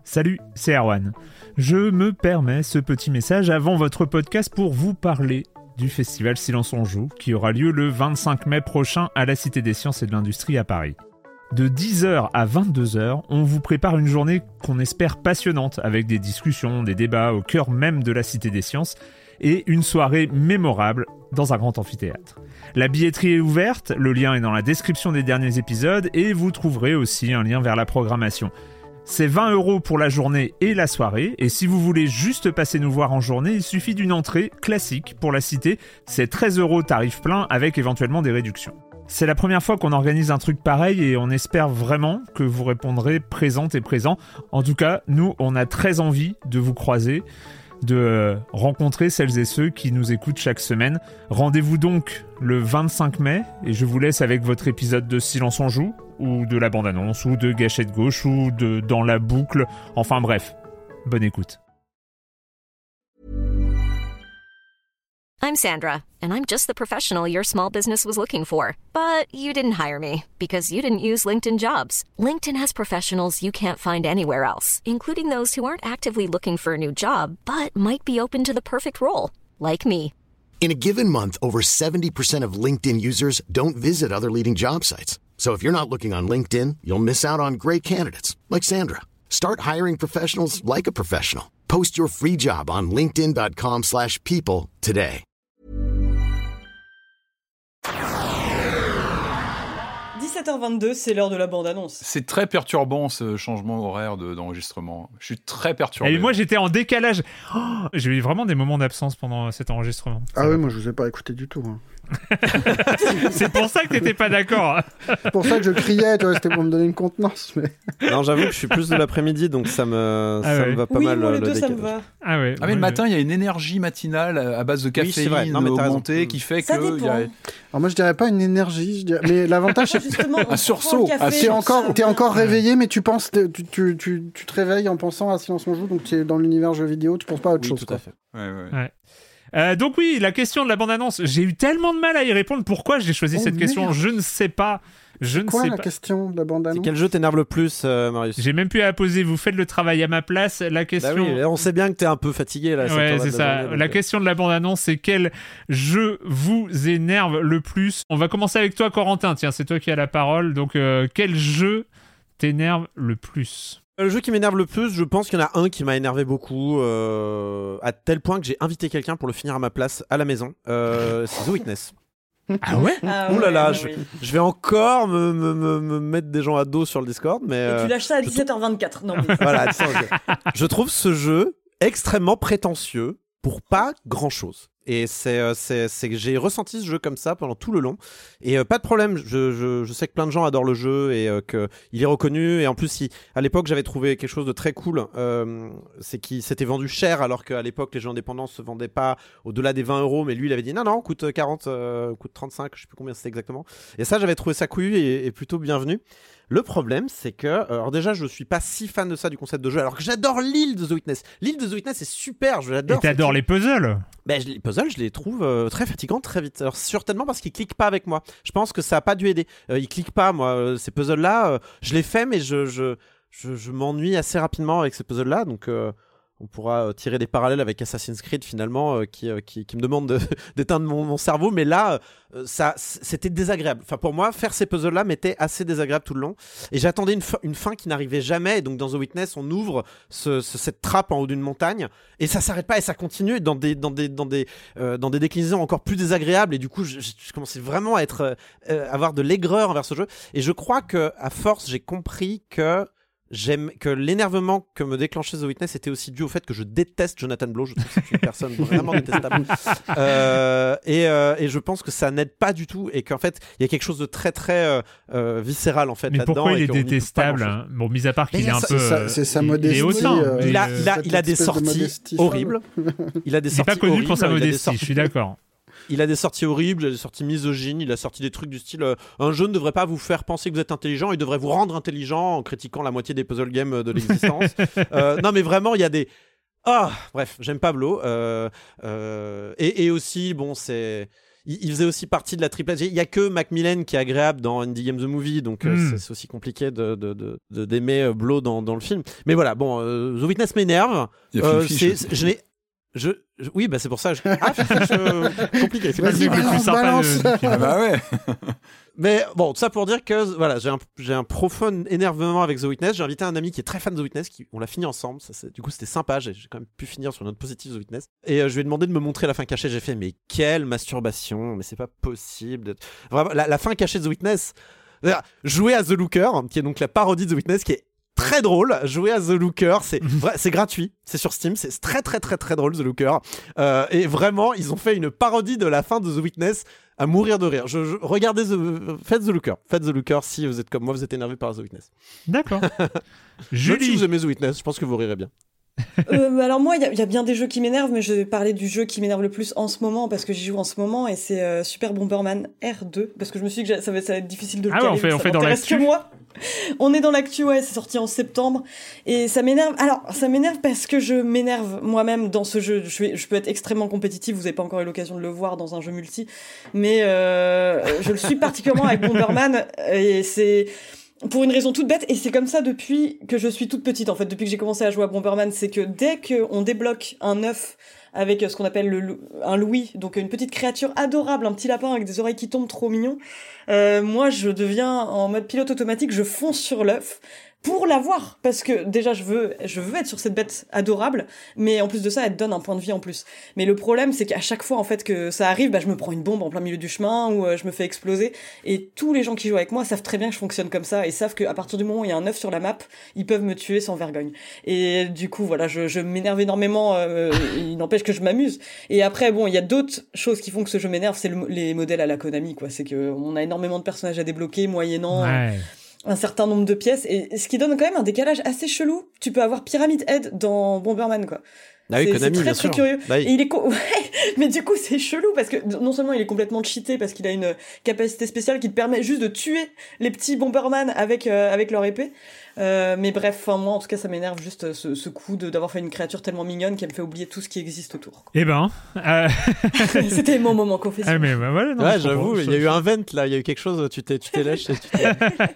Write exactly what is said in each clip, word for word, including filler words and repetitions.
Salut, c'est Erwan. Je me permets ce petit message avant votre podcast pour vous parler du festival Silence on Joue qui aura lieu le vingt-cinq mai prochain à la Cité des Sciences et de l'Industrie à Paris. De dix heures à vingt-deux heures, on vous prépare une journée qu'on espère passionnante avec des discussions, des débats au cœur même de la Cité des Sciences et une soirée mémorable dans un grand amphithéâtre. La billetterie est ouverte, le lien est dans la description des derniers épisodes et vous trouverez aussi un lien vers la programmation. C'est vingt euros pour la journée et la soirée, et si vous voulez juste passer nous voir en journée, il suffit d'une entrée classique pour la Cité, c'est treize euros tarif plein avec éventuellement des réductions. C'est la première fois qu'on organise un truc pareil et on espère vraiment que vous répondrez présente et présent. En tout cas, nous, on a très envie de vous croiser, de rencontrer celles et ceux qui nous écoutent chaque semaine. Rendez-vous donc le vingt-cinq mai et je vous laisse avec votre épisode de Silence on Joue, ou de la bande-annonce, ou de Gâchette Gauche, ou de Dans la boucle. Enfin bref, bonne écoute. I'm Sandra, and I'm just the professional your small business was looking for. But you didn't hire me, because you didn't use LinkedIn Jobs. LinkedIn has professionals you can't find anywhere else, including those who aren't actively looking for a new job, but might be open to the perfect role, like me. In a given month, over seventy percent of LinkedIn users don't visit other leading job sites. So if you're not looking on LinkedIn, you'll miss out on great candidates, like Sandra. Start hiring professionals like a professional. Post your free job on linkedin.com slash people today. dix-sept heures vingt-deux, c'est l'heure de la bande-annonce. C'est très perturbant ce changement horaire de, d'enregistrement. Je suis très perturbé. Et moi j'étais en décalage. Oh, j'ai eu vraiment des moments d'absence pendant cet enregistrement. Ah oui, moi je vous ai pas écouté du tout. Hein. C'est pour ça que t'étais pas d'accord. C'est pour ça que je criais, tu vois, c'était pour me donner une contenance. Mais... Non, j'avoue que je suis plus de l'après-midi, donc ça me, ah ça ouais. me va pas oui, mal. Moi, le deux, décalage. ça me va. Ah ouais. Ah mais le matin, il y a une énergie matinale à base de caféine oui, non, augmentée qui fait ça que. Dépend. Y a... Alors moi je dirais pas une énergie, je dirais... mais l'avantage c'est justement un sursaut. Ah, t'es encore, t'es encore réveillé, mais tu penses, tu, tu, tu, tu te réveilles en pensant à Silence on Joue, donc tu es dans l'univers jeu vidéo, tu penses pas à autre oui, chose. Tout quoi. à fait. Ouais, ouais. Ouais. Euh, donc oui, la question de la bande-annonce, j'ai eu tellement de mal à y répondre. Pourquoi j'ai choisi oh, cette merde. question ? Je ne sais pas. Je ne Quoi sais la pas. question de la bande-annonce ? C'est quel jeu t'énerve le plus, euh, Marius ? J'ai même plus à poser. Vous faites le travail à ma place. La question. Bah oui, on sait bien que t'es un peu fatigué là. cette Ouais, heure-là c'est de ça. journée, donc, La euh... question de la bande-annonce, c'est quel jeu vous énerve le plus ? On va commencer avec toi, Corentin. Tiens, c'est toi qui as la parole. Donc, euh, quel jeu t'énerve le plus ? Le jeu qui m'énerve le plus, je pense qu'il y en a un qui m'a énervé beaucoup, euh, à tel point que j'ai invité quelqu'un pour le finir à ma place à la maison. Euh, c'est The Witness. Ah ouais ? Ah, Ouh là ouais, là, ouais, je, oui. je vais encore me, me, me, me mettre des gens à dos sur le Discord, mais... Et euh, tu lâches ça à je dix-sept heures vingt-quatre. Non, mais... Voilà, ça, je... je trouve ce jeu extrêmement prétentieux pour pas grand-chose. Et c'est, euh, c'est, c'est que j'ai ressenti ce jeu comme ça pendant tout le long. Et euh, pas de problème, je, je, je sais que plein de gens adorent le jeu et euh, qu'il est reconnu. Et en plus, il, à l'époque, j'avais trouvé quelque chose de très cool. Euh, c'est qu'il s'était vendu cher, alors qu'à l'époque, les jeux indépendants se vendaient pas au-delà des vingt euros. Mais lui, il avait dit non, non, coûte quarante, euh, coûte trente-cinq, je sais plus combien c'était exactement. Et ça, j'avais trouvé ça couillu et, et plutôt bienvenu. Le problème, c'est que, alors déjà, je suis pas si fan de ça, du concept de jeu, alors que j'adore l'île de The Witness. L'île de The Witness est super, je l'adore. Et t'adores les puzzles ? Ben, je, les puzzles, je les trouve euh, très fatigants très vite. Alors, certainement parce qu'ils cliquent pas avec moi. Je pense que ça a pas dû aider. Euh, ils cliquent pas, moi. Euh, ces puzzles-là, euh, je les fais, mais je, je, je, je m'ennuie assez rapidement avec ces puzzles-là. Donc, euh, on pourra euh, tirer des parallèles avec Assassin's Creed, finalement, euh, qui, euh, qui, qui me demande de, d'éteindre mon, mon cerveau. Mais là, euh, ça, c'était désagréable. Enfin, pour moi, faire ces puzzles-là m'était assez désagréable tout le long. Et j'attendais une, fin, une fin qui n'arrivait jamais. Et donc, dans The Witness, on ouvre ce, ce, cette trappe en haut d'une montagne. Et ça s'arrête pas et ça continue dans des, dans des, dans des, euh, dans des déclinaisons encore plus désagréables. Et du coup, je, je commençais vraiment à être, euh, avoir de l'aigreur envers ce jeu. Et je crois que, à force, j'ai compris que j'aime que l'énervement que me déclenchait The Witness était aussi dû au fait que je déteste Jonathan Blow. Je trouve que c'est une personne vraiment détestable. Euh, et, euh, et je pense que ça n'aide pas du tout et qu'en fait, il y a quelque chose de très très euh, euh, viscéral en fait Mais là-dedans. pourquoi il et est qu'on n'y peut pas détestable grand-chose. hein Bon, mis à part qu'il Mais est un ça- peu. c'est sa- c'est sa modestie, Il est hautain. euh, mais, Il a, euh, il a, cette il a des espèce de sorties modestie horribles. Il a des Il n'est sorties pas connu horribles, pour sa il a des modestie, sorties- je suis d'accord. Il a des sorties horribles, il a des sorties misogynes, il a sorti des trucs du style euh, un jeu ne devrait pas vous faire penser que vous êtes intelligent, il devrait vous rendre intelligent en critiquant la moitié des puzzle games de l'existence. euh, non mais vraiment, il y a des... Ah, bref, j'aime Pablo. Euh, euh, et, et aussi, bon, c'est... il, il faisait aussi partie de la triplette. Il y a que Macmillan qui est agréable dans Indie Game the Movie, donc euh, Mm. c'est, c'est aussi compliqué de, de, de, de d'aimer euh, Blow dans, dans le film. Mais voilà, bon, euh, The Witness m'énerve. Il y a Euh, Phil Fish c'est, aussi. je n'ai, je, je- oui, bah c'est pour ça. Je... Ah, Phil Fish, euh, compliqué. C'est pas Vas-y, le le film. plus balance, sympa balance. de- du film. Ah bah ouais. Mais bon, tout ça pour dire que voilà, j'ai un, j'ai un profond énervement avec The Witness. J'ai invité un ami qui est très fan de The Witness, qui, on l'a fini ensemble. Ça, c'est, du coup, c'était sympa. J'ai, j'ai quand même pu finir sur une note positive The Witness. Et euh, je lui ai demandé de me montrer la fin cachée. J'ai fait, mais quelle masturbation! Mais c'est pas possible. D'être... Vraiment, la, la fin cachée de The Witness. C'est-à-dire, jouer à The Looker, qui est donc la parodie de The Witness, qui est très drôle. Jouer à The Looker, c'est vrai, c'est gratuit, c'est sur Steam, c'est très très très très drôle The Looker. Euh, et vraiment, ils ont fait une parodie de la fin de The Witness à mourir de rire. Je, je- regardez, the, faites The Looker, faites The Looker si vous êtes comme moi, vous êtes énervé par The Witness. D'accord. Même si Julie. vous aimez The Witness, je pense que vous rirez bien. Euh, alors moi, il y, a- il y a bien des jeux qui m'énervent, mais je vais parler du jeu qui m'énerve le plus en ce moment, parce que j'y joue en ce moment, et c'est euh, Super Bomberman R deux, parce que je me suis dit que j'a- ça va, ça va être difficile de le Ah ouais, caler, on fait- vu on que fait ça dans m'intéresse l'actu. que moi. On est dans l'actu, ouais, c'est sorti en septembre, et ça m'énerve. Alors, ça m'énerve parce que je m'énerve moi-même dans ce jeu. Je, vais- je peux être extrêmement compétitif, vous avez pas encore eu l'occasion de le voir dans un jeu multi, mais euh, je le suis particulièrement avec Bomberman, et c'est... Pour une raison toute bête, et c'est comme ça depuis que je suis toute petite, en fait, depuis que j'ai commencé à jouer à Bomberman, c'est que dès qu'on débloque un œuf avec ce qu'on appelle le, lou- un louis, donc une petite créature adorable, un petit lapin avec des oreilles qui tombent, trop mignon, euh, moi je deviens en mode pilote automatique, je fonce sur l'œuf pour l'avoir, parce que déjà je veux, je veux être sur cette bête adorable, mais en plus de ça, elle te donne un point de vie en plus. Mais le problème, c'est qu'à chaque fois en fait que ça arrive, bah, je me prends une bombe en plein milieu du chemin, ou euh, je me fais exploser, et tous les gens qui jouent avec moi savent très bien que je fonctionne comme ça, et savent qu'à partir du moment où il y a un œuf sur la map, ils peuvent me tuer sans vergogne. Et du coup, voilà, je, je m'énerve énormément, euh, il n'empêche que je m'amuse. Et après, bon, il y a d'autres choses qui font que ce jeu m'énerve, c'est le- les modèles à la Konami, quoi. C'est que on a énormément de personnages à débloquer, moyennant Ouais. un certain nombre de pièces, et ce qui donne quand même un décalage assez chelou. Tu peux avoir Pyramid Head dans Bomberman, quoi. Ah oui, C'est- Konami, c'est très, bien très sûr. curieux. Bah oui. Et il est co- ouais, mais du coup c'est chelou parce que non seulement il est complètement cheaté parce qu'il a une capacité spéciale qui te permet juste de tuer les petits Bomberman avec euh, avec leur épée. Euh, mais bref, enfin moi en tout cas ça m'énerve juste euh, ce, ce coup de d'avoir fait une créature tellement mignonne qu'elle me fait oublier tout ce qui existe autour. Eh ben. euh, C'était mon moment confession. ah, mais bah, voilà, non, Ouais, je j'avoue, comprends. il y a eu un vent là, il y a eu quelque chose, tu t'es, tu t'es lâché. tu t'es-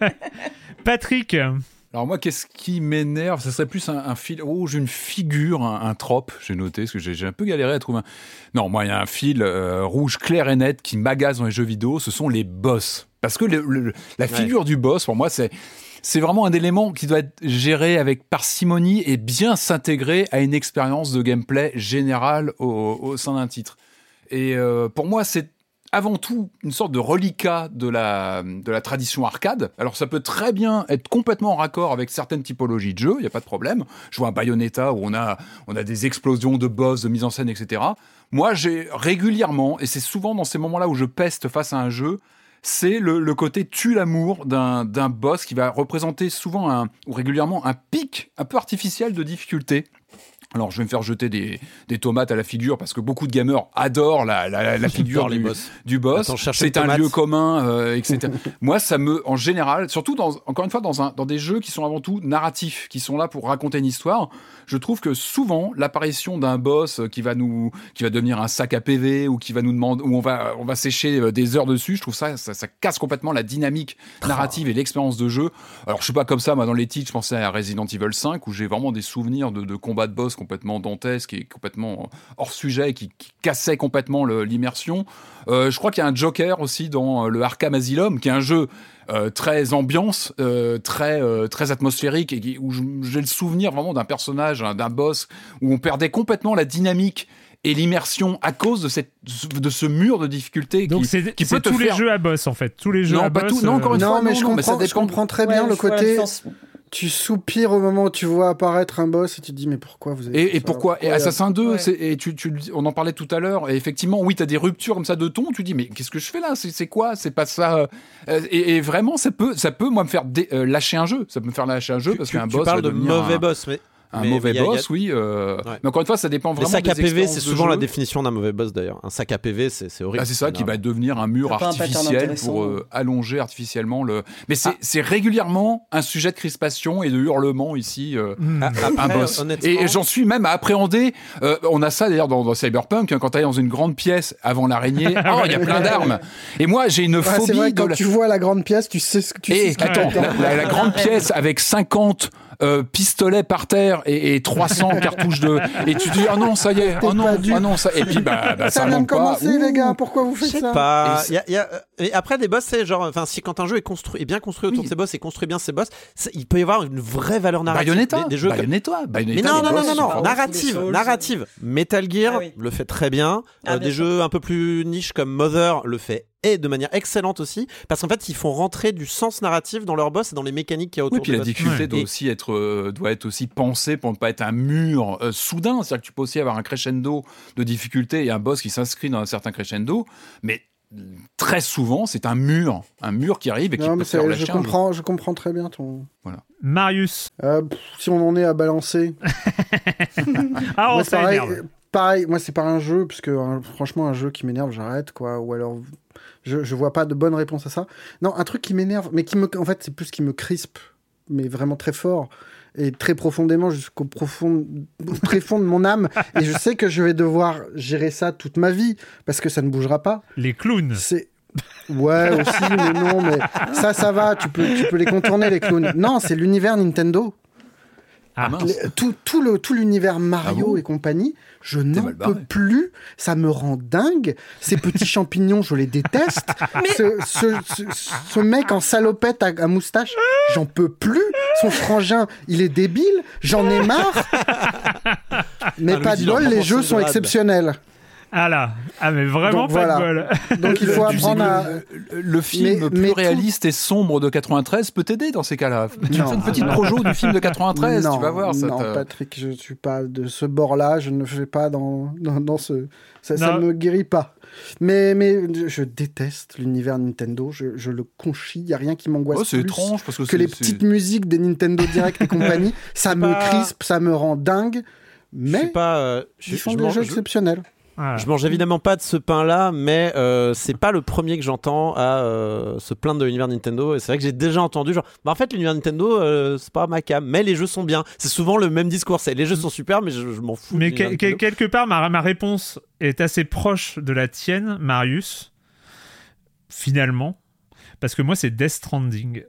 Patrick. Alors moi, qu'est-ce qui m'énerve? Ça serait plus un, un fil. Oh, j'ai une figure, un, un trope. J'ai noté parce que j'ai, j'ai un peu galéré à trouver. Un... Non, moi, il y a un fil euh, rouge clair et net qui m'agace dans les jeux vidéo. Ce sont les boss. Parce que le, le- la figure du boss, pour moi, c'est c'est vraiment un élément qui doit être géré avec parcimonie et bien s'intégrer à une expérience de gameplay générale au, au sein d'un titre. Et euh, pour moi, c'est avant tout une sorte de reliquat de la, de la tradition arcade. Alors ça peut très bien être complètement en raccord avec certaines typologies de jeux, il n'y a pas de problème. Je vois un Bayonetta où on a, on a des explosions de boss, de mise en scène, et cetera. Moi, j'ai régulièrement, et c'est souvent dans ces moments-là où je peste face à un jeu, c'est le, le côté tue l'amour d'un, d'un boss qui va représenter souvent un, ou régulièrement un pic un peu artificiel de difficulté. Alors, je vais me faire jeter des, des tomates à la figure parce que beaucoup de gamers adorent la, la, la figure J'adore les du, boss. du boss. Attends, je cherche C'est une un tomate. lieu commun, euh, et cetera. Moi, ça me, en général, surtout dans, encore une fois, dans, un, dans des jeux qui sont avant tout narratifs, qui sont là pour raconter une histoire, je trouve que souvent, l'apparition d'un boss qui va nous, qui va devenir un sac à P V ou qui va nous demander, où on va, on va sécher des heures dessus, je trouve ça, ça, ça casse complètement la dynamique narrative et l'expérience de jeu. Alors, je suis pas comme ça, moi, dans les titres, je pensais à Resident Evil cinq où j'ai vraiment des souvenirs de, de combats de boss complètement dantesques, qui est complètement hors sujet, qui, qui cassait complètement le, l'immersion. Euh, je crois qu'il y a un Joker aussi dans le Arkham Asylum, qui est un jeu euh, très ambiance, euh, très euh, très atmosphérique, et qui, où je- j'ai le souvenir vraiment d'un personnage, hein, d'un boss, où on perdait complètement la dynamique et l'immersion à cause de cette de ce mur de difficulté Donc qui, c'est, qui c'est peut te tous les faire... jeux à boss en fait. Tous les jeux Non, à pas boss. tout. Non, encore une euh, fois, Non, mais je non, mais ça comprends, je dépend. comprends très Ouais, bien le je vois la côté. différence. Tu soupires au moment où tu vois apparaître un boss et tu te dis mais pourquoi vous avez fait Et, et ça pourquoi Et Ouais. Assassin deux, Ouais. c'est, et tu, tu, le dis- on en parlait tout à l'heure, et effectivement, oui, tu as des ruptures comme ça de ton, tu dis, mais qu'est-ce que je fais là c'est, c'est quoi C'est pas ça. euh, Et, et vraiment, ça peut, ça peut moi, me faire dé- euh, lâcher un jeu. Ça peut me faire lâcher un jeu Tu, parce tu- qu'un tu boss. parles va de devenir mauvais un- boss, mais Un Mais mauvais il y a- boss, il y a- oui. euh, Ouais. Mais encore une fois, ça dépend Les vraiment sacs des à P V, expériences c'est de souvent jeu. la définition d'un mauvais boss d'ailleurs. Un sac à P V, c'est, c'est horrible. Ah, c'est ça, qui va Non. devenir un mur T'as pas un pattern artificiel intéressant. pour euh, allonger artificiellement le. Mais c'est, Ah. c'est régulièrement un sujet de crispation et de hurlement ici. euh, Hmm. Ah, un après, boss. honnêtement- Et j'en suis même à appréhender. euh, on a ça d'ailleurs dans, dans Cyberpunk, hein, quand tu es dans une grande pièce avant l'araignée, oh, il y a plein d'armes. Et moi, j'ai une Ouais, phobie c'est vrai, de quand la. tu vois la grande pièce, tu sais ce que tu sais Et ce qui attends, t'attend. la, la grande pièce avec cinquante euh, pistolets par terre et, et trois cents cartouches de. Et tu te dis, ah non, ça y est, T'es oh non, pas dû. ah non, ça. Et puis, bah, bah, ça, Ça vient de manque pas. commencer, Ouh. les gars. Pourquoi vous Je faites sais ça pas. Et Il y a- il y a- et après, des boss, c'est genre, enfin, si quand un jeu est construit, est bien construit autour Oui. de ses boss et construit bien ses boss, c'est- il peut y avoir une vraie valeur narrative. Bayonetta, Des, des jeux comme- Bayonetta, Mais Bayonetta, non, les non, non, boss, non, c'est non, pas- narrative, Souls. narrative. Metal Gear Ah oui. le fait très bien. Ah, Euh, bien des sûr. jeux un peu plus niche comme Mother le fait et de manière excellente aussi, parce qu'en fait, ils font rentrer du sens narratif dans leurs boss et dans les mécaniques qu'il y a autour Oui, puis des la boss. difficulté Ouais. doit Et- aussi être euh, doit être aussi pensée pour ne pas être un mur euh, soudain. C'est-à-dire que tu peux aussi avoir un crescendo de difficulté et un boss qui s'inscrit dans un certain crescendo, mais euh, très souvent c'est un mur, un mur qui arrive et qui Non, peut mais te faire c'est- lâcher je un jeu. comprends, je comprends très bien ton. Marius. Euh, pff, si on en est à balancer, Ah, on moi, c'est pareil, s'énerve. euh, pareil, moi c'est pas un jeu, parce que hein, franchement un jeu qui m'énerve, j'arrête quoi. Ou alors, je, je vois pas de bonne réponse à ça. Non, un truc qui m'énerve, mais qui me, en fait c'est plus qui me crispe, mais vraiment très fort et très profondément jusqu'au profond, au très fond de mon âme. Et je sais que je vais devoir gérer ça toute ma vie parce que ça ne bougera pas. Les clowns. C'est ouais aussi, mais non, mais ça, ça va. Tu peux, tu peux les contourner les clowns. Non, c'est l'univers Nintendo. Ah, mince. Les- tout, tout le tout l'univers Mario Ah bon et compagnie, je n'en mal peux barré. plus. Ça me rend dingue. Ces petits champignons, je les déteste. Ce, ce, ce, ce mec en salopette à, à moustache, j'en peux plus. Son frangin, il est débile. J'en ai marre. Mais Ah, pas de Luigi, bol, il en les prend jeux son sont grade. exceptionnels. Ah là. Ah, mais vraiment Donc, pas voilà. de bol. Donc il faut Tu sais apprendre que à. le, le film Mais- plus mais tout- réaliste et sombre de quatre-vingt-treize peut t'aider dans ces cas-là. Tu Non. fais une petite projo du film de quatre-vingt-treize, non, tu vas voir. Ça non, te- Patrick, je suis pas de ce bord-là. Je ne fais pas dans, dans, dans ce. Ça, ça Non. me guérit pas. Mais, mais je déteste l'univers Nintendo. Je, je le conchis. Il n'y a rien qui m'angoisse Oh, c'est plus étrange parce que, que c'est- les c'est- petites musiques des Nintendo Direct et compagnie. Ça me pas- crispe, ça me rend dingue. Je suis Mais pas. euh, je, ils font je des mange- jeux je- exceptionnels. Voilà. Je mange évidemment pas de ce pain-là, mais euh, c'est pas le premier que j'entends à euh, se plaindre de l'univers Nintendo. Et c'est vrai que j'ai déjà entendu genre, bah en fait l'univers Nintendo euh, c'est pas ma cam, mais les jeux sont bien. C'est souvent le même discours, c'est les jeux sont super, mais je, je m'en fous. de Mais l'univers que- que- Nintendo. quelque part, ma, ma réponse est assez proche de la tienne, Marius. Finalement. Parce que moi, c'est Death Stranding.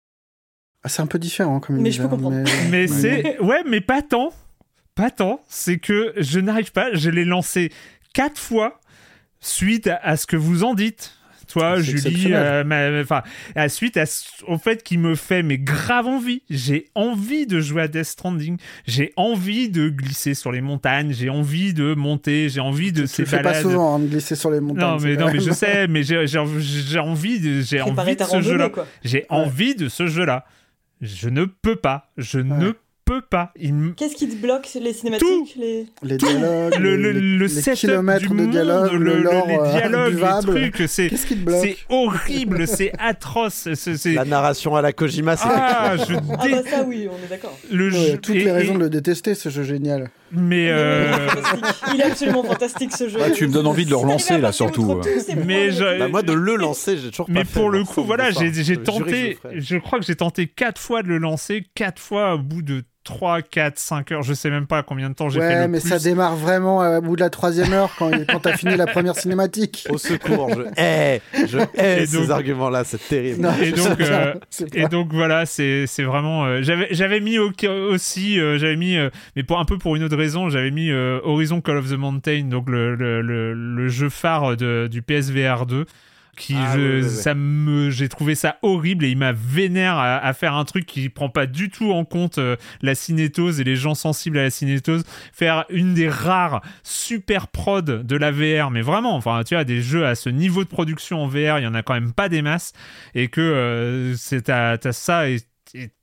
Ah, c'est un peu différent comme Mais je peux univers, comprendre. Mais c'est. Ouais, mais pas tant. Pas tant. C'est que je n'arrive pas. Je l'ai lancé quatre fois suite à, à ce que vous en dites. Toi, C'est Julie, exceptionnel. euh, ma- enfin, à suite à, ce- au fait qu'il me fait mais grave envie. J'ai envie de jouer à Death Stranding. J'ai envie de glisser sur les montagnes. J'ai envie de monter. J'ai envie de Tu ces le fais pas balades. souvent hein, de glisser sur les montagnes. Non, mais c'est non, quand mais même- je sais, mais j'ai j'ai- j'ai envie de, j'ai envie Préparer de ta ce jeu-là. randonnée, quoi. J'ai envie de ce jeu-là. Je ne peux pas. Je ne peux pas. Il me- Qu'est-ce qui te bloque? Les cinématiques? Les... Les dialogues, le, le, les, le les setup kilomètres du de monde, dialogue, le- le le- lore les euh, dialogues, les buvable. trucs, c'est Qu'est-ce qui te bloque? c'est horrible, c'est atroce. c'est- c'est- La narration à la Kojima, c'est Ah, je Ah bah dé... ça oui, on est d'accord. le Ouais, jeu. toutes et- les raisons et- de le détester, ce jeu génial. Mais euh, Fantastique. Il est absolument fantastique ce jeu. Ah, tu me donnes envie de le Si relancer, t'arrives à là, passer surtout. outre tous ces Mais points, je- Bah, moi de le lancer, j'ai toujours mais pas fait. pour le alors, coup, ça, voilà, ça, j'ai j'ai je jurais que je tenté. le ferais. Je crois que j'ai tenté quatre fois de le lancer, quatre fois au bout de trois, quatre, cinq heures. Je sais même pas combien de temps j'ai fait Ouais, le mais plus. ça démarre vraiment à bout de la troisième heure quand, quand t'as fini la première cinématique. Au secours, je hais, je hais Et ces donc- arguments-là, c'est terrible. Non, Et je donc, sais euh, pas, c'est Et pas- donc voilà, c'est c'est vraiment. euh, j'avais j'avais mis au- aussi, euh, j'avais mis, euh, mais pour un peu pour une autre raison, j'avais mis euh, Horizon Call of the Mountain, donc le le, le, le jeu phare de, du P S V R deux. Qui Ah, je- ouais, ouais, ouais. ça me j'ai trouvé ça horrible et il m'a vénère à, à faire un truc qui prend pas du tout en compte euh, la cinétose et les gens sensibles à la cinétose, faire une des rares super prod de la V R, mais vraiment, enfin tu vois, des jeux à ce niveau de production en V R, il y en a quand même pas des masses, et que euh, c'est t'as, t'as ça et et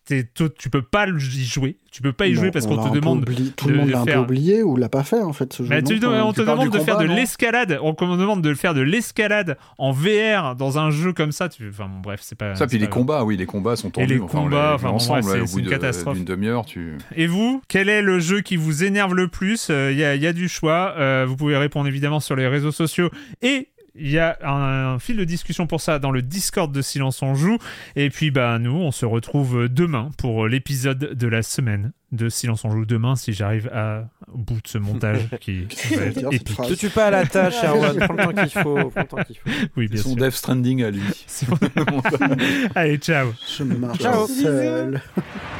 t'es, tu peux pas y jouer. Tu peux pas y Non, jouer parce on qu'on l'a te un peu demande. oublié- Tout de le monde l'a un faire- peu oublié ou l'a pas fait en fait ce jeu. Mais tu, non, on quand te tu parles demande du de faire combat, de non l'escalade. On te demande de faire de l'escalade en V R dans un jeu comme ça. Tu... Enfin bon, bref, c'est pas. Ça, c'est puis les pas combats, oui, les combats sont tendus. les enfin, on combats, les enfin, joue bon, ensemble, bref, là, c'est- au c'est bout une de- catastrophe. d'une demi-heure, tu. Et vous, quel est le jeu qui vous énerve le plus ? Il euh, y, a, y a du choix. Euh, vous pouvez répondre évidemment sur les réseaux sociaux et il y a un, un fil de discussion pour ça dans le Discord de Silence on Joue. Et puis, bah, nous, on se retrouve demain pour l'épisode de la semaine de Silence on Joue. Demain, si j'arrive à, au bout de ce montage qui, qui va Dire être cette épique. phrase. Te tue pas à la tâche, Erwan. Prends le temps qu'il faut. Prends le temps qu'il faut. Oui, C'est bien son sûr. Death Stranding à lui. C'est bon. Allez, ciao. Je marche Ciao. seul.